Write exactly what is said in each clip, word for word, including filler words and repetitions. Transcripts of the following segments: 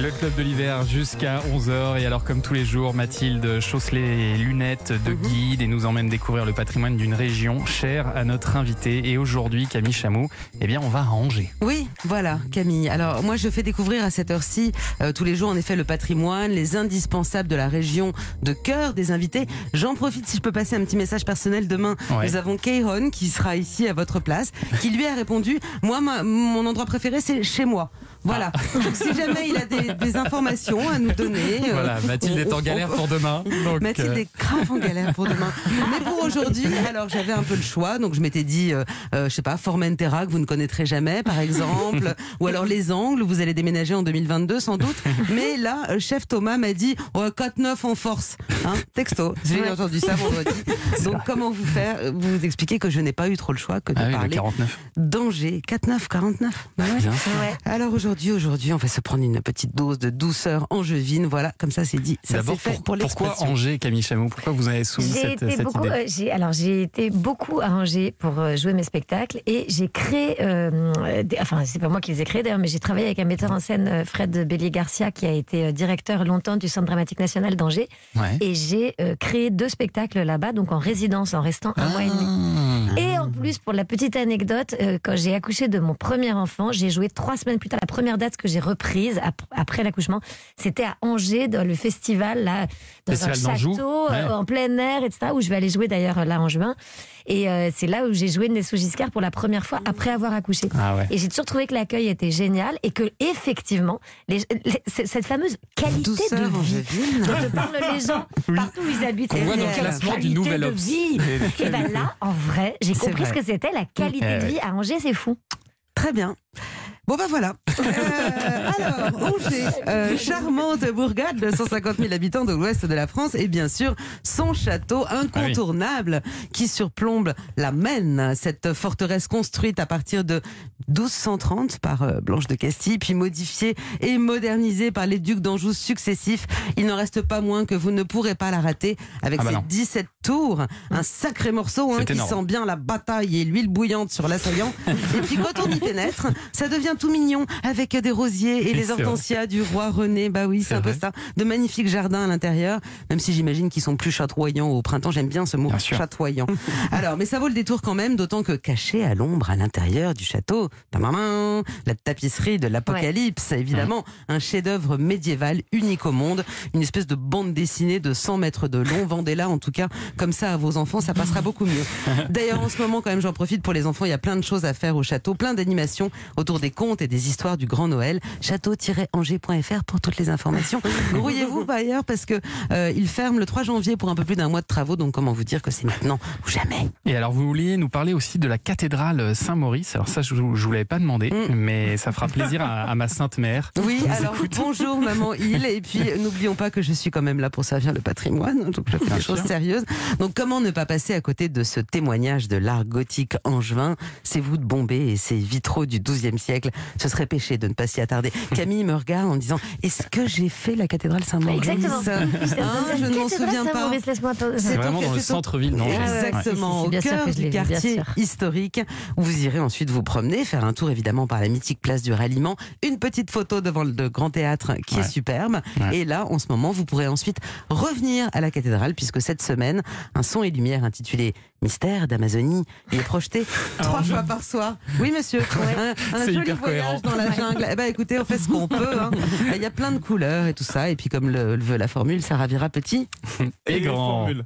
Le club de l'hiver jusqu'à onze heures. Et alors, comme tous les jours, Mathilde chausse les lunettes de guide et nous emmène découvrir le patrimoine d'une région chère à notre invité. Et aujourd'hui, Camille Chamou, eh bien, on va à Angers. Oui, voilà, Camille. Alors, moi, je fais découvrir à cette heure-ci, euh, tous les jours, en effet, le patrimoine, les indispensables de la région de cœur des invités. J'en profite, si je peux passer un petit message personnel. Demain, Ouais. nous avons Kayron qui sera ici à votre place, qui lui a répondu, moi, ma, mon endroit préféré, c'est chez moi. Voilà. Ah. Donc, si jamais il a des, des informations à nous donner. euh, Voilà, Mathilde on- est en on- galère pour demain. Donc, Mathilde euh, est grave en galère pour demain. Mais pour aujourd'hui, alors j'avais un peu le choix, donc je m'étais dit, euh, euh, je sais pas, Formentera que vous ne connaîtrez jamais, par exemple, ou alors les Angles, où vous allez déménager en deux mille vingt-deux sans doute. Mais là, euh, chef Thomas m'a dit, oh, quatre neuf en force, hein, texto. J'ai entendu ça vendredi. Donc comment vous faire Vous vous expliquez que je n'ai pas eu trop le choix que de Ah oui, le parler quarante-neuf. d'Angers, quatre neuf, quarante-neuf. Bah ouais. Bien. Ouais. Alors aujourd'hui, aujourd'hui, on va se prendre une petite dose de douceur angevine. Voilà, comme ça c'est dit. Ça c'est D'abord, fait pour- pour pourquoi l'expression. Angers, Camille Chamou? Pourquoi vous avez soumis J'ai cette, été cette beaucoup, idée euh, j'ai, alors j'ai été beaucoup à Angers pour euh, jouer mes spectacles et j'ai créé, euh, des- enfin c'est pas moi qui les ai créés d'ailleurs, mais j'ai travaillé avec un metteur en scène, euh, Fred Bélier-Garcia, qui a été euh, directeur longtemps du Centre dramatique national d'Angers, Ouais. et j'ai euh, créé deux spectacles là-bas, donc en résidence, en restant un mois et demi. Ah. Et en plus, pour la petite anecdote, euh, quand j'ai accouché de mon premier enfant, j'ai joué trois semaines plus tard. La première date que j'ai reprise ap- après l'accouchement, c'était à Angers, dans le festival, là, dans Festival un d'Anjou. château, Ouais. euh, en plein air, et cetera, où je vais aller jouer d'ailleurs là en juin. Et euh, c'est là où j'ai joué Nessou Giscard pour la première fois après avoir accouché. Ah ouais. Et j'ai toujours trouvé que l'accueil était génial et que effectivement, les, les- c- cette fameuse qualité Douceur de vie angevine. dont te parlent les gens partout où ils habitent. On voit dans le Quelle classement du qualité Nouvel de Obs. vie. Et ben là, en vrai, j'ai C'est compris vrai. ce que c'était la qualité Eh de ouais. vie à Angers, c'est fou. Très bien. Bon ben voilà. Euh, alors, Angers, euh, charmante bourgade de cent cinquante mille habitants de l'ouest de la France et bien sûr son château incontournable qui surplombe la Maine, cette forteresse construite à partir de douze cent trente par euh, Blanche de Castille, puis modifiée et modernisée par les ducs d'Anjou successifs. Il n'en reste pas moins que vous ne pourrez pas la rater avec Ah bah ses non. dix-sept tours, un sacré morceau hein, C'est qui énorme. sent bien la bataille et l'huile bouillante sur l'assaillant. Et puis quand on y pénètre, ça devient tout mignon avec des rosiers et les C'est vrai. hortensias du roi René. Bah oui, c'est C'est un peu vrai. ça. De magnifiques jardins à l'intérieur, même si j'imagine qu'ils sont plus chatoyants au printemps. J'aime bien ce mot, Bien sûr. chatoyant. Alors, mais ça vaut le détour quand même, d'autant que caché à l'ombre à l'intérieur du château, tamamin, la tapisserie de l'Apocalypse, évidemment, un chef-d'œuvre médiéval unique au monde, une espèce de bande dessinée de cent mètres de long. Vendez-la en tout cas comme ça à vos enfants, ça passera beaucoup mieux. D'ailleurs, en ce moment, quand même, j'en profite pour les enfants, il y a plein de choses à faire au château, plein d'animations autour des contes et des histoires du Grand Noël. château tiret angers point f r pour toutes les informations. Grouillez-vous par ailleurs parce que euh, il ferme le trois janvier pour un peu plus d'un mois de travaux, donc comment vous dire que c'est maintenant ou jamais. Et alors, vous vouliez nous parler aussi de la cathédrale Saint-Maurice. Alors ça, je ne vous l'avais pas demandé, Mm. mais ça fera plaisir à, à ma sainte mère. Oui, qui nous alors écoute. bonjour maman Il, et puis n'oublions pas que je suis quand même là pour servir le patrimoine, donc je fais Bien des choses sûr. sérieuses. Donc comment ne pas passer à côté de ce témoignage de l'art gothique angevin, ces voûtes bombées et ces vitraux du douzième siècle, ce serait péché de ne pas s'y attarder. Camille me regarde en disant, est-ce que j'ai fait la cathédrale Saint-Maurice? Exactement. Hein, je ne m'en souviens pas. Maurice, laisse-moi te- C'est C'est vraiment donc- dans le c'est donc- centre-ville d'Angers. Ah ouais, Exactement, ouais. au Bien sûr cœur que je l'ai du vu, bien quartier sûr. historique, où vous irez ensuite vous promener, faire un tour évidemment par la mythique place du Ralliement, une petite photo devant le Grand Théâtre qui Ouais. est superbe, Ouais. et là, en ce moment, vous pourrez ensuite revenir à la cathédrale, puisque cette semaine, un son et lumière intitulé Mystère d'Amazonie est projeté trois fois par soir. Oui, monsieur, un, un C'est joli hyper cohérent. voyage dans la jungle. Eh ben, écoutez, on fait ce qu'on peut. hein. Il y a plein de couleurs et tout ça, et puis comme le, le veut la formule, ça ravira petit. Et grand. Et-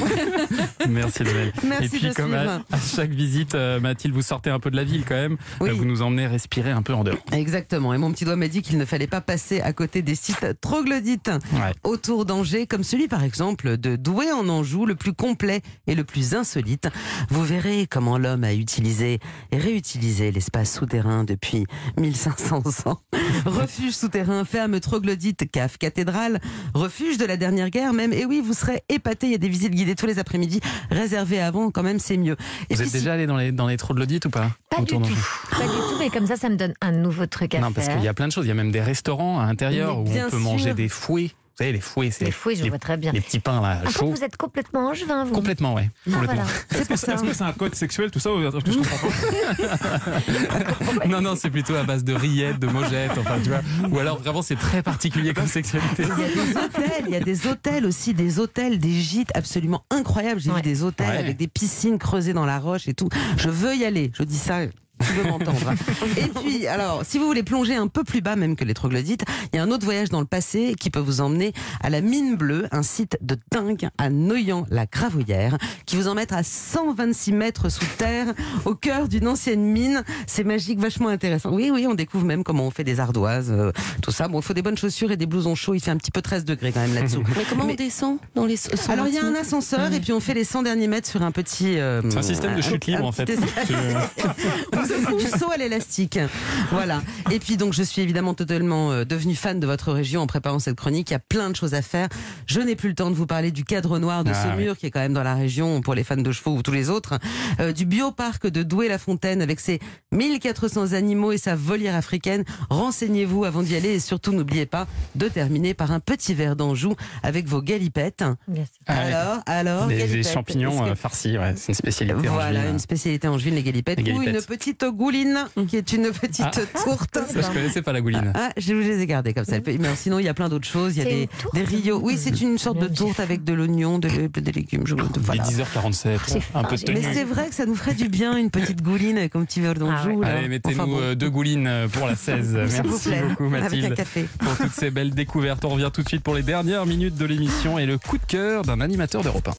Merci Lionel. Merci Et puis de comme à, suivre. à chaque visite, euh, Mathilde, vous sortez un peu de la ville quand même. Oui. Euh, Vous nous emmenez respirer un peu en dehors. Exactement. Et mon petit doigt m'a dit qu'il ne fallait pas passer à côté des sites troglodytes Ouais. autour d'Angers, comme celui par exemple de Douai en Anjou, le plus complet et le plus insolite. Vous verrez comment l'homme a utilisé et réutilisé l'espace souterrain depuis mille cinq cents ans. Refuge souterrain, ferme troglodyte, cave cathédrale, refuge de la dernière guerre même. Et oui, vous serez épatés. Il y a des visites guidées tous les après-midi. Réservées avant, quand même, c'est mieux. Et Vous puis, êtes déjà allé dans les, dans les troglodytes ou pas? Pas du Autour tout. d'Angers. Pas du tout, mais comme ça, ça me donne un nouveau truc à Non, faire. parce qu'il y a plein de choses. Il y a même des restaurants à l'intérieur Mais où bien on peut sûr. manger des fouets. Vous savez, les fouets, c'est Les fouets, je les, vois très bien. les petits pains là, Ah, chauds. vous êtes complètement angevin, vous. Complètement, ouais. Ah, Complètement. voilà. C'est pour ça. Est-ce que c'est un code sexuel tout ça ou est-ce que je comprends pas? Non, non, c'est plutôt à base de rillettes, de mojettes, enfin, tu vois. Ou alors vraiment, c'est très particulier comme sexualité. Il y a des hôtels, il y a des hôtels aussi, des hôtels, des gîtes absolument incroyables. J'ai Ouais. vu des hôtels Ouais. avec des piscines creusées dans la roche et tout. Je veux y aller. Je dis ça. Tu veux m'entendre. Et puis, alors, si vous voulez plonger un peu plus bas même que les troglodytes, il y a un autre voyage dans le passé qui peut vous emmener à la Mine Bleue, un site de dingue à Noyant-la-Gravouillère, qui vous emmène à cent vingt-six mètres sous terre, au cœur d'une ancienne mine. C'est magique, vachement intéressant. Oui, oui, on découvre même comment on fait des ardoises, euh, tout ça. Bon, il faut des bonnes chaussures et des blousons chauds. Il fait un petit peu treize degrés quand même là-dessous. Mais comment Mais- on descend dans les cent Alors, il y a un vingt-cinq ascenseur et puis on fait les cent derniers mètres sur un petit... euh, C'est un système de chute libre un en fait. petit Tu- C'est du saut à l'élastique. Voilà. Et puis donc je suis évidemment totalement euh, devenue fan de votre région en préparant cette chronique. Il y a plein de choses à faire. Je n'ai plus le temps de vous parler du cadre noir de Ah, Saumur qui est quand même dans la région pour les fans de chevaux ou tous les autres. Euh, du bioparc de Douai-la-Fontaine avec ses mille quatre cents animaux et sa volière africaine. Renseignez-vous avant d'y aller et surtout n'oubliez pas de terminer par un petit verre d'Anjou avec vos galipettes. Bien sûr. Ah ouais. alors, alors, Les, les galipettes. champignons Est-ce que- euh, farcis, ouais, c'est une spécialité. Voilà, angevine. une spécialité angevine, les galipettes, Les ou une galipettes. petite gouline, qui est une petite Ah. tourte. Ça, je connaissais pas la gouline. Ah, je vous les ai gardées comme ça. Elle peut- Mais sinon, il y a plein d'autres choses. Il y a C'est des, une tourte des rios. Oui, c'est une sorte de J'ai tourte faim. avec de l'oignon, de, des légumes. Je, Il voilà. est dix heures quarante-sept, J'ai un faim, peu de j'ai tenue. Mais c'est vrai que ça nous ferait du bien, une petite gouline avec un petit verre d'Anjou. Ah là. Allez, mettez-nous Enfin bon, euh, deux goulines euh, pour la seize. s'il vous Merci plaît, beaucoup, avec un Mathilde, café. pour toutes ces belles découvertes. On revient tout de suite pour les dernières minutes de l'émission et le coup de cœur d'un animateur d'Europe un.